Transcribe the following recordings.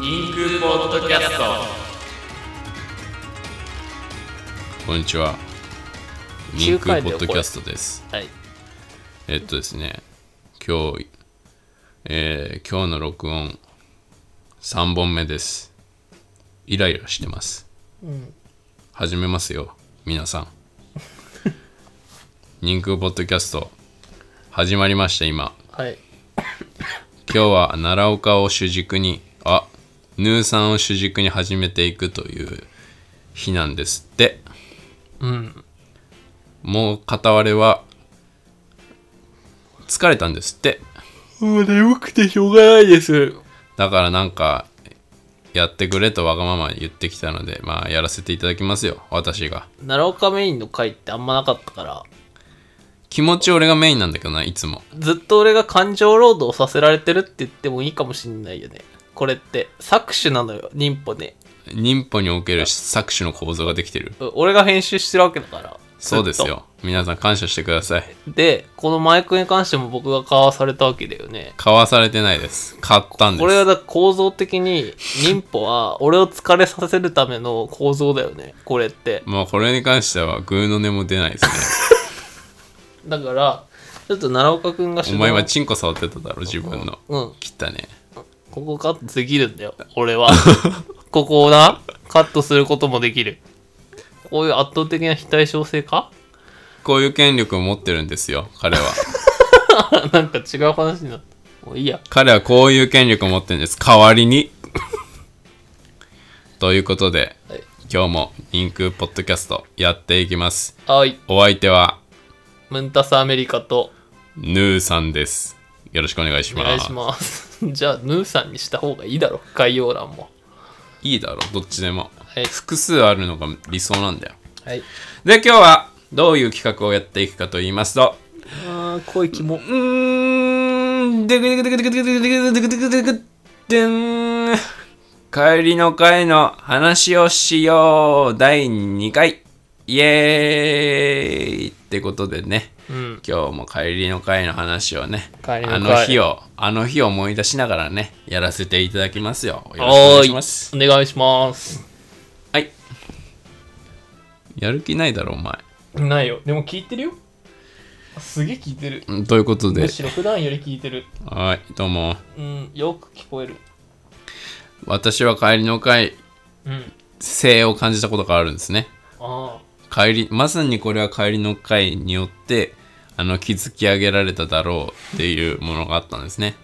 人空ポッドキャスト。こんにちは、人空ポッドキャストです。 はい。 ですね、今日の録音3本目です。イライラしてます。始めますよ皆さん。人空ポッドキャスト始まりました。今、 はい、 今日は奈良岡を主軸にヌーさんを主軸に始めていくという日なんですって。もう片割れは疲れたんですって。 もう眠くてしょうがないです。 だからなんかやってくれとわがまま言ってきたので、まあやらせていただきますよ、私が。 奈良岡メインの回ってあんまなかったから、 気持ち俺がメインなんだけどな、いつも。 ずっと俺が感情労働させられてるって言ってもいいかもしんないよね。これって搾取なのよ、忍法ね。 忍法における搾取の構造ができてる。 俺が編集してるわけだから。 そうですよ、皆さん感謝してください。 で、このマイクに関しても僕が買わされたわけだよね。 買わされてないです、買ったんです。 これはだ構造的に忍法は俺を疲れさせるための構造だよね、これって。 まあこれに関してはグーの音も出ないですね。 だからちょっと奈良岡くんがお前はチンコ触ってただろ自分の。切ったね。 ここカットできるんだよ俺は。ここをなカットすることもできる。こういう圧倒的な非対称性か、 こういう権力を持ってるんですよ彼は。 なんか違う話になった。もういいや。 彼はこういう権力を持ってるんです、代わりに。ということで、はい、今日も人空ポッドキャストやっていきます。 はい。 お相手はムンタスアメリカとヌーさんです。よろしくお願いします。 お願いします。じゃあヌーさんにした方がいいだろ、概要欄も。 いいだろどっちでも、 はい、 複数あるのが理想なんだよ。 はい。 で今日はどういう企画をやっていくかと言いますと、 声キモ。 帰りの会の話をしよう第2回イエーイってことでね、今日も帰りの会の話をね、あの日を思い出しながらねやらせていただきますよ。よろしくお願いします。 お願いします。 はい。やる気ないだろお前。 ないよ。でも聞いてるよ。すげえ聞いてる。 ということで、 むしろ普段より聞いてる。 はい、どうも。 よく聞こえる。 私は帰りの会、性を感じたことがあるんですね。まさにこれは帰りの会によって築き上げられただろうっていうものがあったんですね。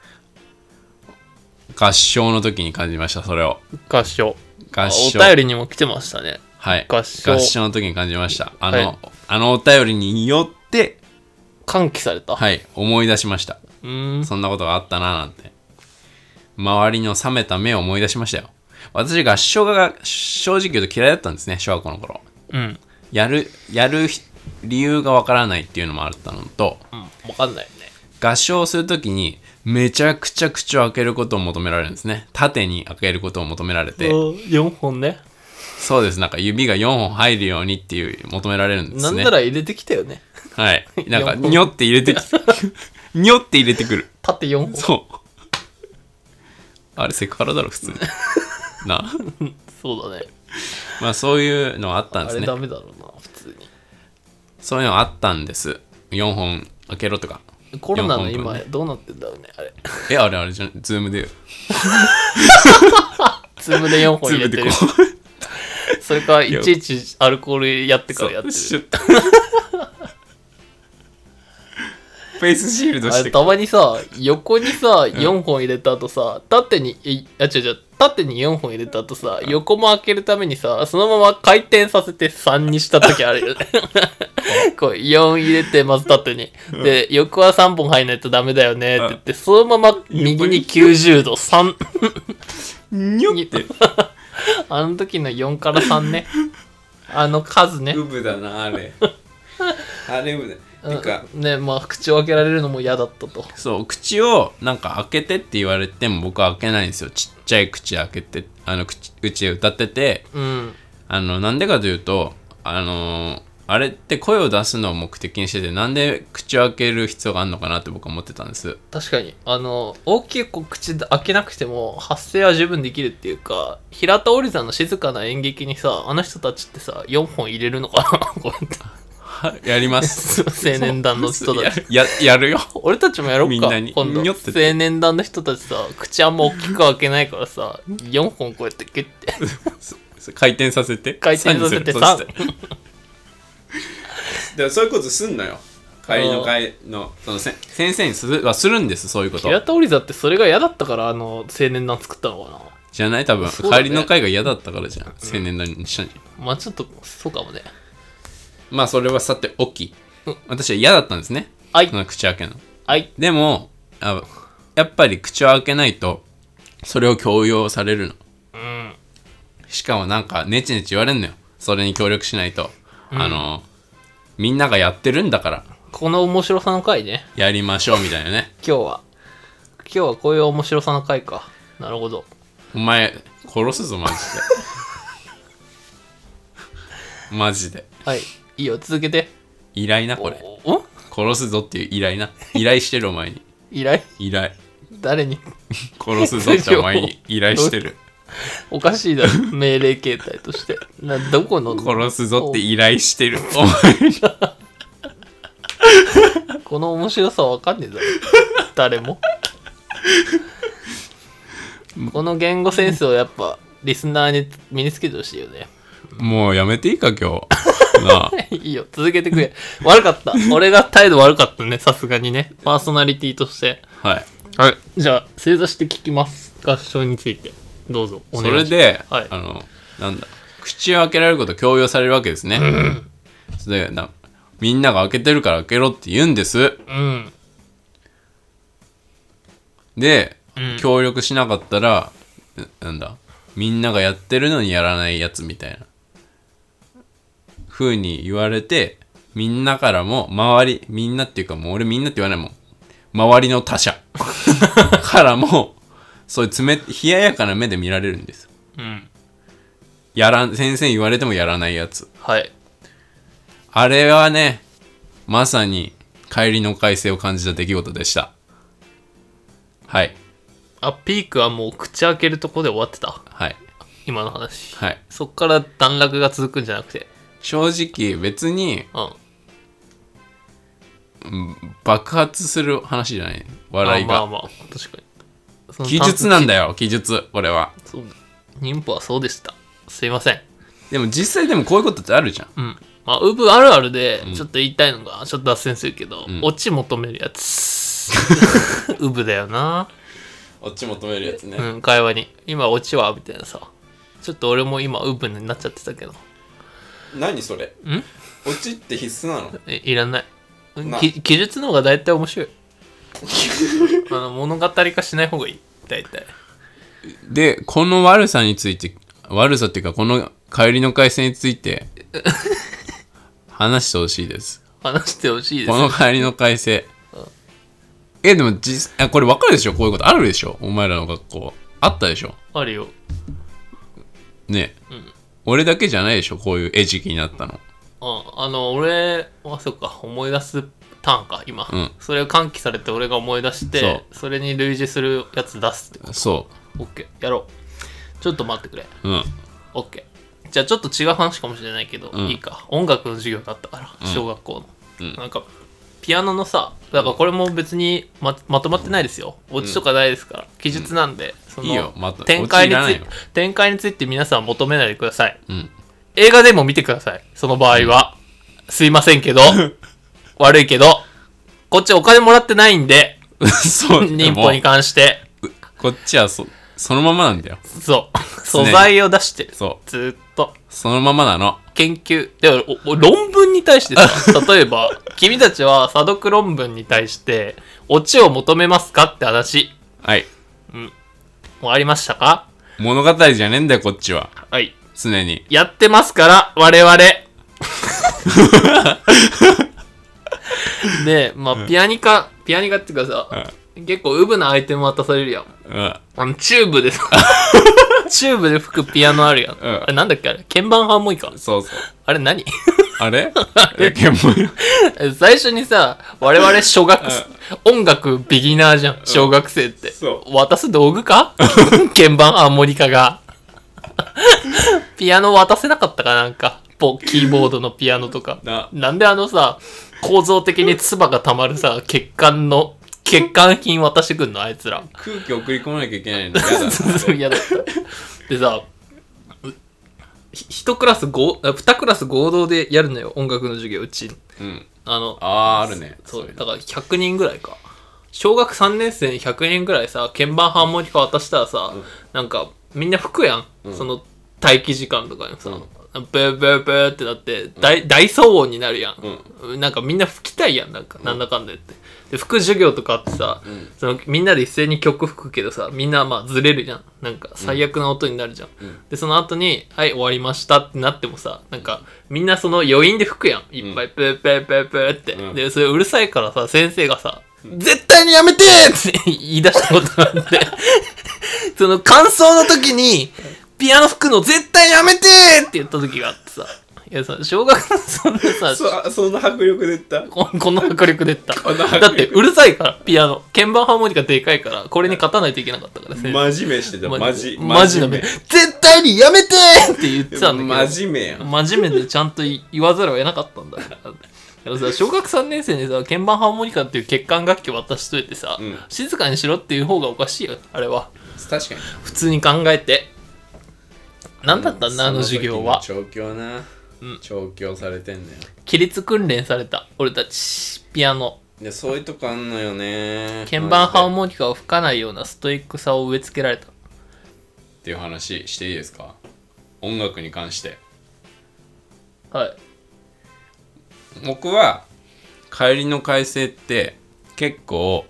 合唱の時に感じました、それを。 合唱。お便りにも来てましたね。 はい。合唱の時に感じました。お便りによって喚起された。 はい、思い出しました。そんなことがあったななんて。周りの冷めた目を思い出しましたよ。私合唱が正直言うと嫌いだったんですね、小学校の頃。やる理由がわからないっていうのもあったのと、 わかんないよね。 合唱をするときにめちゃくちゃ口を開けることを求められるんですね。縦に開けることを求められて。 4本ね。 そうです。なんか指が4本入るようにっていう求められるんですね。 なんなら入れてきたよね。 はい。なんかにょって入れてにょって入れてくる。 縦4本。 そう。あれセクハラだろ普通に。な。 そうだね。 まあそういうのあったんですね。 あれダメだろうな普通に。 そういうのあったんです。4本開けろとか。 コロナの今どうなってんだろうねあれ。 あれじゃん、ズームで。 ズームで4本入れてる。それかいちいちアルコールやってからやってる。 フェイスシールドして。 たまにさ横にさ4本入れた後さ縦に縦に4本入れた後さ横も開けるためにさそのまま回転させて3にした時あるよね。こう4入れてまず縦にで横は3本入んないとダメだよねって言ってそのまま右に90度3 にょってあの時の4から3ね、数ね。 ウブだなあれ。あれウブだ。 ね、まあ口を開けられるのも嫌だったと。 そう、口をなんか開けてって言われても僕は開けないんですよ。ちっちゃい口開けて口で歌ってて、なんでかというとああれって声を出すのを目的にしてて、なんで口を開ける必要があるのかなって僕は思ってたんです。 確かに大きく口開けなくても発声は十分できるっていうか、平田織さんの静かな演劇にさ、あの人たちってさ4本入れるのかなこうやってやります青年団の人たちやるよ。 俺たちもやろうか、 みんなに今度にょって青年団の人たちさ、口あんま大きく開けないからさ、4本こうやってギュッて回転させて回転させて 3でそういうことすんのよ。帰りの会のその先生にするんです。そういうこと平田織座ってそれが嫌だったから青年団作ったのかな。 じゃない多分、 そうだね、 帰りの会が嫌だったからじゃん、青年団にしたんじゃん。 まあちょっとそうかもね。 まあそれはさておき、私は嫌だったんですね、 はいその口開けの。 はいでもやっぱり口を開けないとそれを強要されるの。しかもなんかネチネチ言われんのよ、それに協力しないと。みんながやってるんだからこの面白さの回ね、 やりましょうみたいなね。 今日はこういう面白さの回か。なるほど。 お前殺すぞマジでマジで。 はい、いいよ、続けて。 依頼なこれ。 お殺すぞっていう依頼な。依頼してるお前に。 依頼誰に殺すぞってお前に依頼してる。 おかしいだろ命令形態としてどこの殺すぞって依頼してるお前に。 この面白さわかんねえだろ誰も。この言語センスをやっぱリスナーに身につけてほしいよね。 もうやめていいか今日なあ。 いいよ、続けてくれ。悪かった俺が態度悪かったね、さすがにね、パーソナリティとして。 はいじゃあ正座して聞きます。合唱についてどうぞお願いします。 それで、 はい、 なんだ、口を開けられることを強要されるわけですね。それでみんなが開けてるから開けろって言うんです。で、協力しなかったらなんだ、みんながやってるのにやらないやつみたいな風に言われて、みんなからもみんなっていうか、もう俺みんなって言わないもん、周りの他者からもそういう冷ややかな目で見られるんです。先生言われてもやらないやつ。 はい。 あれはね、まさに帰りの快晴を感じた出来事でした。はい。 ピークはもう口開けるとこで終わってた。 はい。 今の話。 はい。 そっから段落が続くんじゃなくて。 正直別に、爆発する話じゃない。笑いが。 まあ確かに。記述なんだよ、記述。これは。 そうだ。妊婦はそうでした。すいません。 でも実際でもこういうことってあるじゃん。 ウブあるあるでちょっと言いたいのが、ちょっと脱線するけど、オチ求めるやつウブだよな。 オチ求めるやつね。 会話に今オチはみたいなさ、ちょっと俺も今ウブになっちゃってたけど。 何それ？オチって必須なの？ いらない。記述の方が大体面白い。物語化しない方がいい、大体。 で、この悪さについて、悪さっていうかこの帰りの回線について話してほしいです。 話してほしいです。 この帰りの回線。でもこれ分かるでしょ、こういうことあるでしょ、お前らの学校あったでしょ。 あるよねえ、俺だけじゃないでしょ、こういう餌食になったの。 俺はそっか、思い出すターンか今、それを喚起されて俺が思い出して、それに類似するやつ出すってこと。 そう、 OK、 やろう。ちょっと待ってくれ。OK。 じゃあちょっと違う話かもしれないけど、いいか。音楽の授業だったから、小学校の、なんかピアノのさ、だからこれも別に まとまってないですよ、オチとかないですから、記述なんで、そのいいよ、 展開について皆さん求めないでください。映画でも見てください、その場合は。すいませんけど悪いけどこっちお金もらってないんでそう妊婦に関してこっちはそのままなんだよ。 そう素材を出してる。 そうずっとそのままなの。 研究で論文に対してさ例えば君たちは査読論文に対してオチを求めますかって話。 はい、 終わりましたか。 物語じゃねえんだよこっちは。 はい、 常にやってますから我々で、ピアニカっていうかさ、結構ウブなアイテム渡されるやん。チューブでさチューブで吹くピアノあるやん、あれなんだっけ、あれ鍵盤ハーモニカ。 そうそう。 あれ何あれ鍵盤最初にさ、我々小学生、音楽ビギナーじゃん、小学生って。渡す道具か鍵盤ハーモニカが。ピアノ渡せなかったかなんか。キーボードのピアノとか。なんでさ、構造的に唾が溜まるさ、血管品渡してくんのあいつら。 空気送り込まなきゃいけないの嫌だ。 嫌だった。でさ、2クラス合同でやるのよ、音楽の授業うち。 うん。あるね。 そう、だから100人ぐらいか。小学3年生に100人ぐらいさ、鍵盤ハーモニカ渡したらさ、なんかみんな吹くやん。その待機時間とかにさ、ブーブーブーってなって、大騒音になるやん。なんかみんな吹きたいやん、なんだかんだ言って。で、吹く授業とかあってさ、みんなで一斉に曲吹くけどさ、みんなまあずれるじゃん。なんか最悪な音になるじゃん。で、その後に、はい、終わりましたってなってもさ、なんかみんなその余韻で吹くやん。いっぱいブーブーブーブーって。で、それうるさいからさ、先生がさ、絶対にやめてーって言い出したことがあって、その感想の時に、ピアノ吹くの絶対やめてーって言った時があってさ、いやさ、小学生そんなさ、 その迫力で言ったこの迫力で言った。だってうるさいから、ピアノ。鍵盤ハーモニカでかいから、これに勝たないといけなかったからね。 真面目してた、 マジな目。絶対にやめてーって言ってたんだけど。 真面目やん。 真面目でちゃんと言わざるを得なかったんだよ。でもさ、小学3年生にさ、鍵盤ハーモニカっていう欠陥楽器渡しといてさ、静かにしろっていう方がおかしいよ、あれは。 確かに。 普通に考えて。何だったんだ、あの授業は。 調教な。調教されてんだよ。 規律訓練された、俺たち、ピアノ。 そういうとこあんのよね。 鍵盤ハーモニカを吹かないようなストイックさを植え付けられた。 っていう話していいですか？音楽に関して。 はい。 僕は帰りの快晴って結構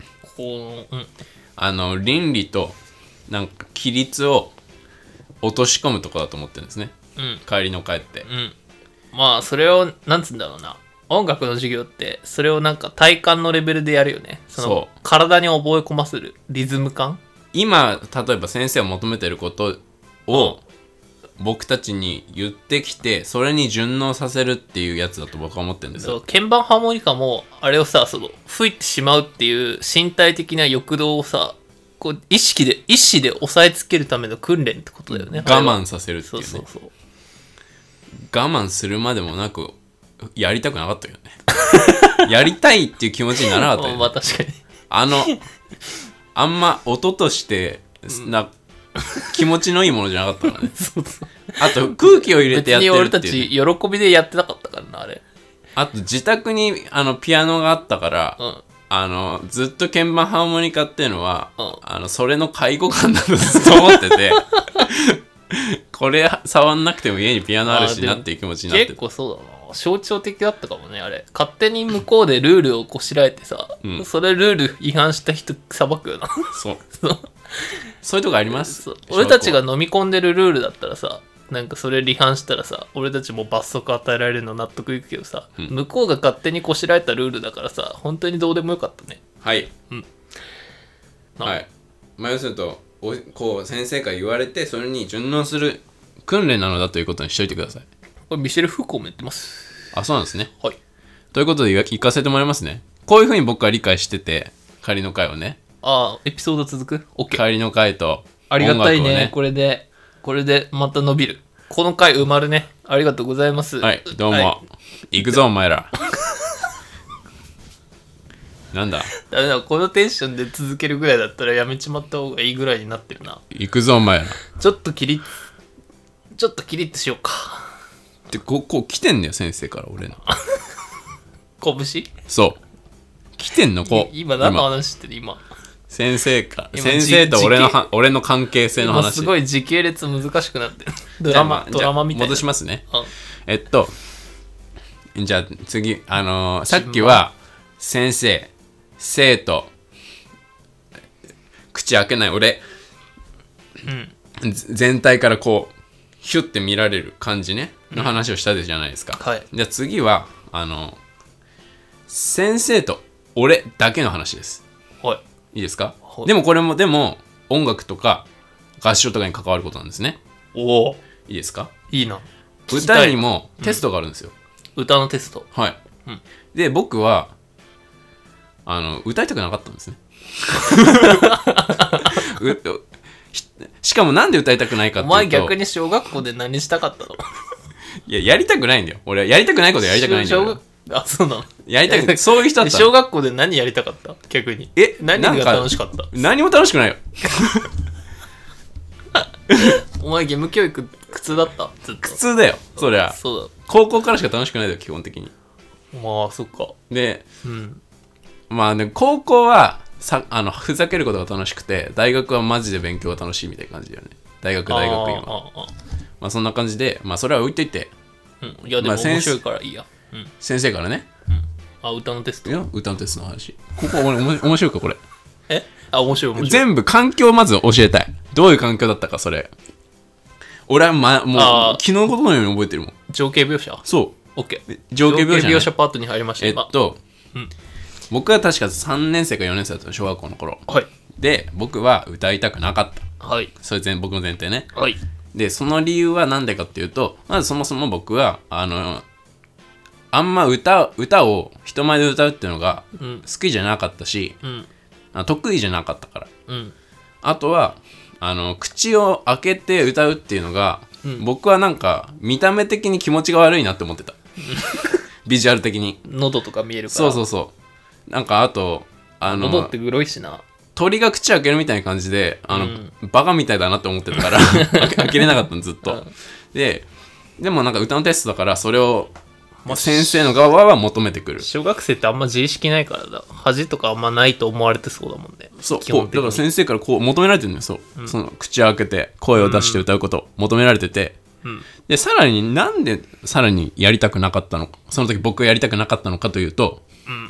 倫理となんか規律を落とし込むとこだと思ってるんですね、帰りの会って、 まあそれをなんつうんだろうな、音楽の授業ってそれをなんか体感のレベルでやるよね。そう体に覚え込ませるリズム感。 今例えば先生が求めてることを僕たちに言ってきて、それに順応させるっていうやつだと僕は思ってるんですよ。 そう、鍵盤ハーモニカもあれをさ、吹いてしまうっていう身体的な欲動をさ、こう意志で押さえつけるための訓練ってことだよね。 我慢させるっていうね。 そう我慢するまでもなくやりたくなかったよね。やりたいっていう気持ちにならなかったよね。 まあ確かに。 あんま音として気持ちのいいものじゃなかったからね。あと空気を入れてやってるっていう、ね、 別に俺たち喜びでやってなかったからな、あれ。 あと自宅にピアノがあったから、ずっと鍵盤ハーモニカっていうのは、それの介護官だとずっと思っててこれ触んなくても家にピアノあるしなっていう気持ちになって結構そうだな、象徴的だったかもね、あれ。勝手に向こうでルールをこしらえてさ、それルール違反した人裁くよな。 そういうとこあります。 俺たちが飲み込んでるルールだったらさ、なんかそれ違反したらさ、俺たちも罰則与えられるの納得いくけどさ、向こうが勝手にこしらえたルールだからさ、本当にどうでもよかったね。 はい。はい。要するとこう先生から言われてそれに順応する訓練なのだということにしといてください。 これミシェル・フーコーも言ってます。 あ、そうなんですね。 はい。 ということで聞かせてもらいますね。こういうふうに僕は理解してて、帰りの会をね。 エピソード続く？ OK。 帰りの会とありがたいね。これでまた伸びる。この回埋まるね。ありがとうございます。 はい、どうも。はい、行くぞお前ら。なんだ。 ダメだ、このテンションで続けるぐらいだったらやめちまった方がいいぐらいになってるな。 行くぞお前ら。 ちょっとキリッとしようか。 でこう来てんだよ先生から俺の。 拳？ そう。来てんの今何の話してる今。 先生と俺の関係性の話。 今すごい時系列難しくなってる。ドラマみたいな。 戻しますね。じゃあ次さっきは先生、生徒、口開けない俺、全体からこうヒュッて見られる感じねの話をしたじゃないですか。 はい。 じゃあ次は先生と俺だけの話です。 はい。 いいですか？でもこれも音楽とか合唱とかに関わることなんですね。 おお、 いいですか？ いいな。 歌にもテストがあるんですよ。 歌のテスト。 はい。 うん、 で、僕は歌いたくなかったんですね。しかもなんで歌いたくないかっていうと、 お前逆に小学校で何したかったの？ いや、やりたくないんだよ。俺はやりたくないことやりたくないんだよ。 あ、そうなの？ やりたくない。そういう人だった。 小学校で何やりたかった？逆に。何が楽しかった？ 何も楽しくないよ。 お前義務教育苦痛だった？ずっと。 苦痛だよ、そりゃ。 そうだ。 高校からしか楽しくないだよ、基本的に。 まあ、そっか。 で、まあね、高校はふざけることが楽しくて、大学はマジで勉強が楽しいみたいな感じだよね。大学院は。まあそんな感じで、まあそれは置いといて。 いや、でも面白いからいいや。 先生からね。 あ、歌のテスト。 いや、歌のテストの話。ここ面白いか、これ。 あ、面白い。 全部環境をまず教えたい。どういう環境だったか、それ。俺はもう昨日のことのように覚えてるもん。 情景描写？ そう。 OK。 情景描写パートに入りました。 僕は確か3年生か4年生だったの、小学校の頃。 はい。 で、僕は歌いたくなかった。 はい。 それ僕の前提ね。 はい。 で、その理由は何でかっていうと、まずそもそも僕は、あんま歌を人前で歌うっていうのが好きじゃなかったし、得意じゃなかったから。あとは、口を開けて歌うっていうのが、僕はなんか見た目的に気持ちが悪いなって思ってた。ビジュアル的に。 喉とか見えるから。 そうなんかあと喉ってグロいしな。 鳥が口開けるみたいな感じでバカみたいだなって思ってたから開けれなかったのずっと。でもなんか歌のテストだからそれを先生の側は求めてくる。 小学生ってあんま自意識ないからだ。恥とかあんまないと思われてそうだもんね。 そうだから先生からこう求められてるんだよ。その口を開けて声を出して歌うことを求められてて、でさらになんでさらにやりたくなかったのか、その時僕がやりたくなかったのかというと、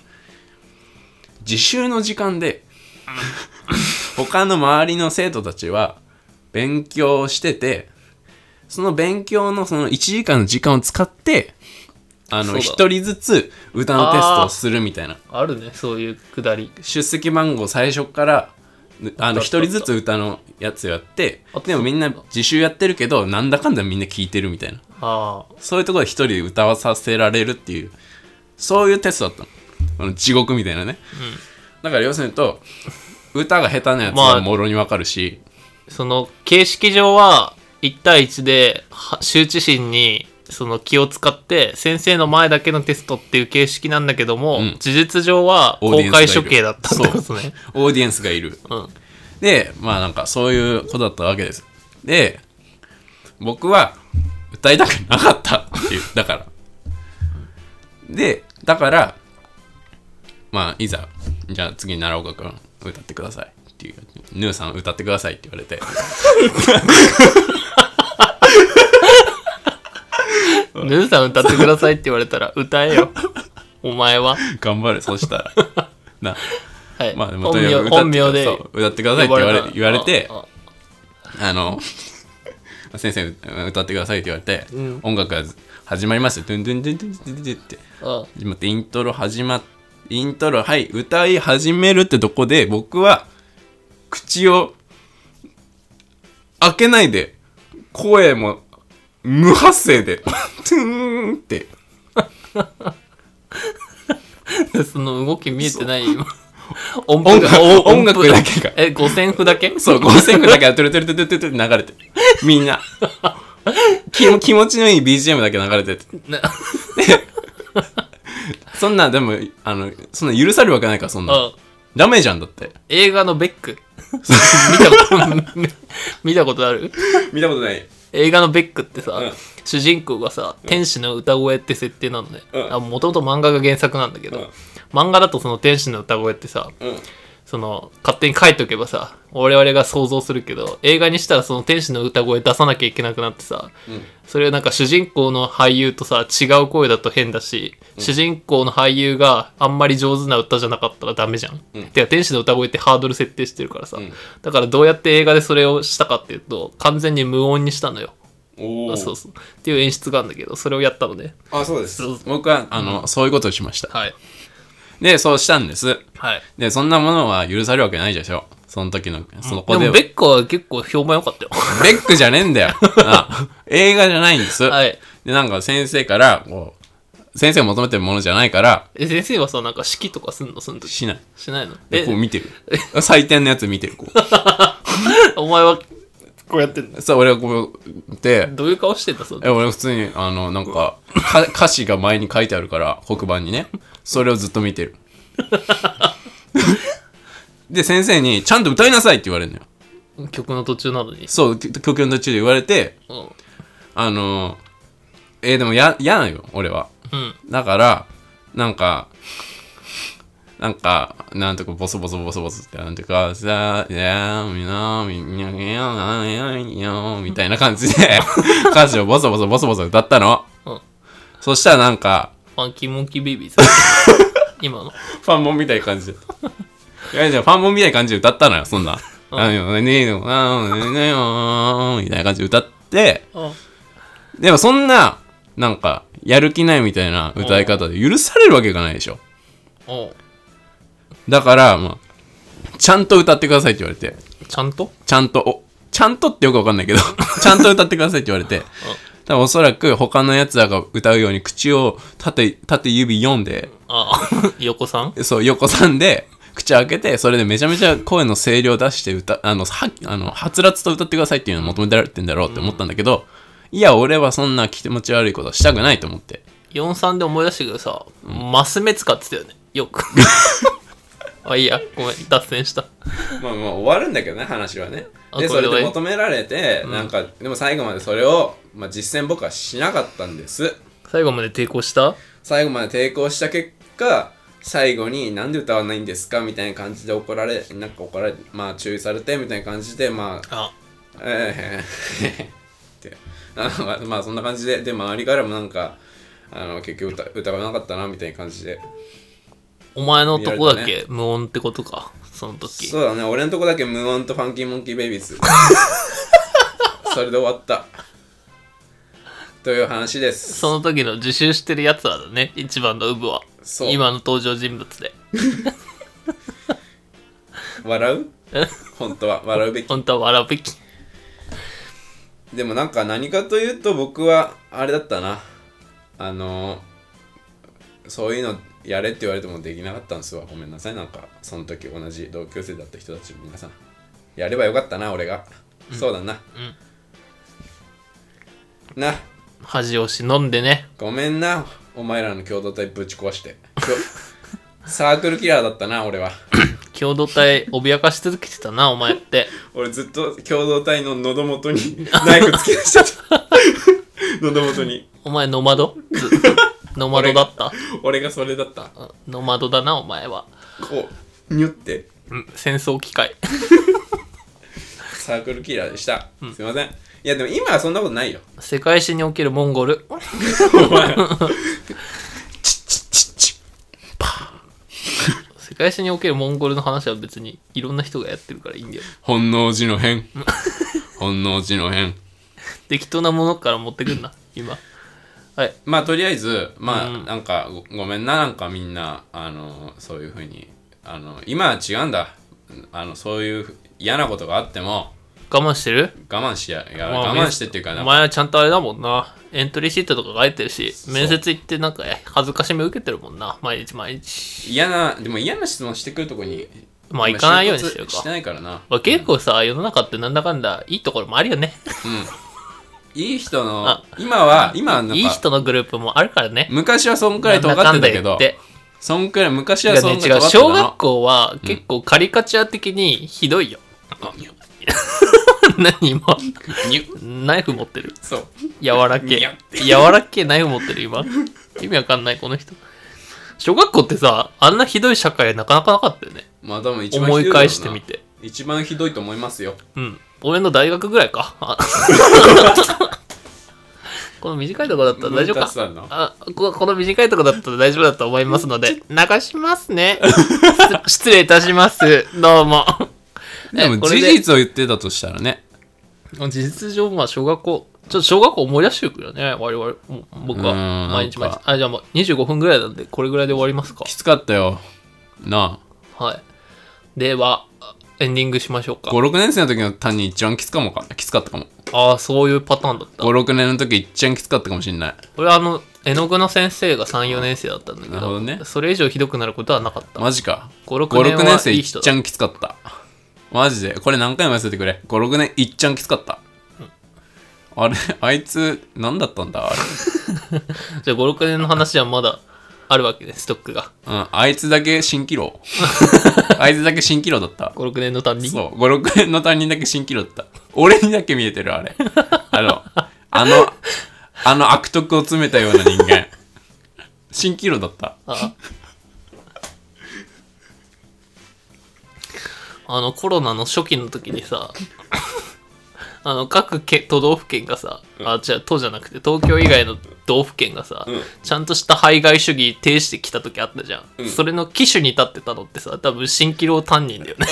自習の時間で他の周りの生徒たちは勉強をしてて、その勉強のその1時間の時間を使って一人ずつ歌のテストをするみたいな。 あるね、そういうくだり。 出席番号最初から一人ずつ歌のやつやって、でもみんな自習やってるけどなんだかんだみんな聞いてるみたいな。そういうところで一人で歌わさせられるっていう、そういうテストだったの。地獄みたいなね。だから要するにと歌が下手なやつはもろに分かるし、 その形式上は1対1で羞恥心にその気を使って先生の前だけのテストっていう形式なんだけども、事実上は公開処刑だったってことね。 オーディエンスがいる。でまあなんかそういうことだったわけです。で僕は歌いたくなかったっていうだからまあいざじゃあ次奈良岡君歌ってくださいっていう、ヌーさん歌ってくださいって言われてヌーさん歌ってくださいって言われたら歌えよお前は頑張れ。そうしたらな、 はい、 まあ、 本名で歌ってくださいって言われて先生歌ってくださいって言われて、音楽が始まりますよ。ドゥンドゥンドゥンドゥンドゥンドゥンって始まって、イントロはい歌い始めるってとこで僕は口を開けないで声も無発声でトゥーンってその動き見えてない音楽だけが五線譜だけ。 そう、五線譜だけがトゥルトゥルトゥルトゥルトゥル流れてみんな気持ちのいい BGM だけ流れててそんなでもそんな許されるわけないから、そんなダメじゃん。だって映画のベック見たことある？ 見たことない。 映画のベックってさ、主人公がさ、天使の歌声って設定なのね。もともと漫画が原作なんだけど、漫画だとその天使の歌声ってさ、その勝手に書いとけばさ我々が想像するけど、映画にしたらその天使の歌声出さなきゃいけなくなってさ、それをなんか主人公の俳優とさ違う声だと変だし、主人公の俳優があんまり上手な歌じゃなかったらダメじゃん。てか天使の歌声ってハードル設定してるからさ、だからどうやって映画でそれをしたかっていうと、完全に無音にしたのよ。そうっていう演出があるんだけど、それをやったので。 そうです。僕はそういうことをしました。 はい。 でそうしたんです。 はい。 でそんなものは許されるわけないでしょ。 その時のそこででもベックは結構評判良かったよ。 ベックじゃねえんだよ映画じゃないんです、 はい。 でなんか先生から先生が求めてるものじゃないから先生はさ、なんか式とかすんのその時。 しない。 しないの？ こう見てる採点のやつ見てるこうお前はこうやってんの？ さあ俺はこうでどういう顔してんだ、それ。 俺普通になんか歌詞が前に書いてあるから黒板にねそれをずっと見てるで先生にちゃんと歌いなさいって言われるのよ。 曲の途中なのに。 そう曲の途中で言われてうん。 でも嫌なのよ俺は。 うん。 だからなんとかボソボソってなんていうかさいやみなみにゃみやみたいな感じで歌詞をボソボソ歌ったの。 うん。 そしたらなんかファンキーモンキーベイビーズ今のファンモンみたいな感じでいやじゃあファンモンみたいな感じで歌ったのよそんな。みたいな感じで歌って、でもそんななんかやる気ないみたいな歌い方で許されるわけがないでしょ。だからまあちゃんと歌ってくださいって言われて。ちゃんとってよくわかんないけどちゃんと歌ってくださいって言われて多分おそらく他のやつらが歌うように口を縦指4で横さん横さんで口開けてそれでめちゃめちゃ声の声量出してはつらつと歌ってくださいっていうのを求められてんだろうって思ったんだけど、いや俺はそんな気持ち悪いことしたくないと思って 43で思い出したけどさ、マス目使ってたよねよくいいやごめん脱線した。 まあ終わるんだけどね話はね。でそれで求められて、なんかでも最後までそれを、実践僕はしなかったんです。 最後まで抵抗した結果最後になんで歌わないんですかみたいな感じで怒られ注意されてみたいな感じでってそんな感じで周りからもなんか結局歌わなかったなみたいな感じで。 お前のとこだけ無音ってことかその時。 そうだね俺のとこだけ無音とファンキーモンキーベイビーズそれで終わったという話です。 その時の自習してるやつらだね一番のウブは。今の登場人物で笑う本当は笑うべき。 本当は笑うべき。 でもなんか何かというと僕はあれだったなそういうのやれって言われてもできなかったんですわ。ごめんなさい。なんかその時同じ同級生だった人たち皆さんやればよかったな俺が、そうだな、な恥を忍んでね。 ごめんなお前らの共同体ぶち壊してサークルキラーだったな俺は共同体脅かし続けてたなお前って俺ずっと共同体の喉元にナイフ突き出してた喉元に。 お前ノマドノマドだった俺がそれだった。 ノマドだなお前は。 こうニュって戦争機械サークルキラーでした、すいません。いやでも今はそんなことないよ。 世界史におけるモンゴルお前世界史におけるモンゴルの話は別にいろんな人がやってるからいいんだよ。 本能寺の変本能寺の変適当なものから持ってくんな今。はい。 とりあえずなんか ごめんななんかみんなそういう風に今は違うんだ。そういう嫌なことがあっても我慢してる？ 我慢してっていうかお前はちゃんとあれだもんな。エントリーシートとか書いてるし、面接行ってなんか恥ずかしめ受けてるもんな。毎日。 でも嫌な質問してくるとこに行かないようにしてるか。 してないからな。 結構さ、世の中ってなんだかんだいいところもあるよね。 いい人の今はなんかいい人のグループもあるからね。 昔はそんくらい尖ってたけど、昔はそんくらい尖ってたの。 小学校は結構カリカチュア的にひどいよ。何今ナイフ持ってる。 そう柔らけナイフ持ってる今。意味わかんないこの人。小学校ってさあんなひどい社会なかなかなかったよね。 多分一番思い返してみて一番ひどいと思いますよ。 俺の大学ぐらいかこの短いところだったら大丈夫か。この短いところだったら大丈夫だと思いますので流しますね失礼いたしますどうも。 でも事実を言ってたとしたらね、 事実上小学校思い出してくるよね我々。僕は毎日じゃあもう25分ぐらいなんでこれぐらいで終わりますか。 きつかったよなあ。 はい。ではエンディングしましょうか。 5、6年生の時の担任一番きつかったかも。 ああ、そういうパターンだった。 5、6年の時一番きつかったかもしれない。 俺絵の具の先生が3、4年生だったんだけど、 なるほどね、 それ以上ひどくなることはなかった。 マジか。 5、6年年生はいい人だ。 一番きつかった。マジで。これ何回もやらせてくれ。5、6年一番きつかった。あれあいつ何だったんだあれじゃあ5、6年の話はまだあるわけね、ストックが。 うん、あいつだけ蜃気楼。あいつだけ蜃気楼だった。 5、6年の担任。 そう、5、6年の担任だけ蜃気楼だった。俺にだけ見えてる、あれ。悪徳を詰めたような人間。蜃気楼だった。 コロナの初期の時にさ、各都道府県がさ、違う、都じゃなくて東京以外の道府県がさ、ちゃんとした排外主義呈してきた時あったじゃん。それの機種に立ってたのってさ、多分蜃気楼担任だよね。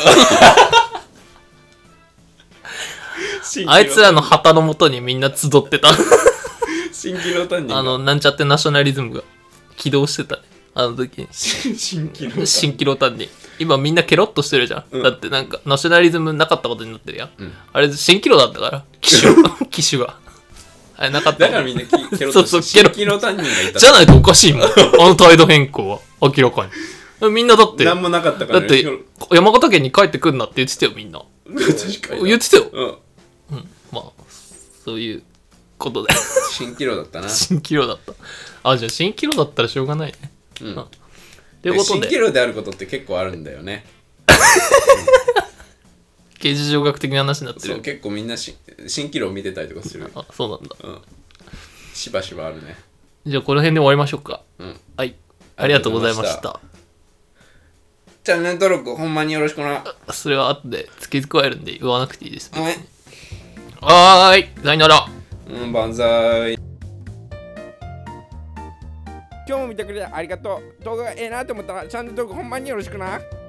あいつらの旗のもとにみんな集ってた。 蜃気楼担任なんちゃってナショナリズムが起動してたね、あの時に。 蜃気楼担任。今みんなケロッとしてるじゃん。だってなんかナショナリズムなかったことになってるやん。あれ蜃気楼だったから、機種が。あれなかった。 だからみんなケロッとして蜃気楼担任がいた。 じゃないとおかしいもん。態度変更は明らかに。みんなだって。 何もなかったからね。 だって山形県に帰ってくんなって言ってたよ、みんな。 確かに。 言ってたよ。まあ、そういうことで。 蜃気楼だったな。 蜃気楼だった。じゃあ蜃気楼だったらしょうがないね。ということで。 蜃気楼であることって結構あるんだよね。 刑事上学的な話になってる。 そう、結構みんな蜃気楼見てたりとかする。 そうなんだ。 しばしばあるね。 じゃあこの辺で終わりましょうか。はい。ありがとうございました。 チャンネル登録ほんまによろしくな。 それは後で付け加えるんで言わなくていいです。 はい。 はーい。さよなら。 万歳。 今日も見てくれてありがとう。動画がええなと思ったらチャンネル登録ほんまによろしくな。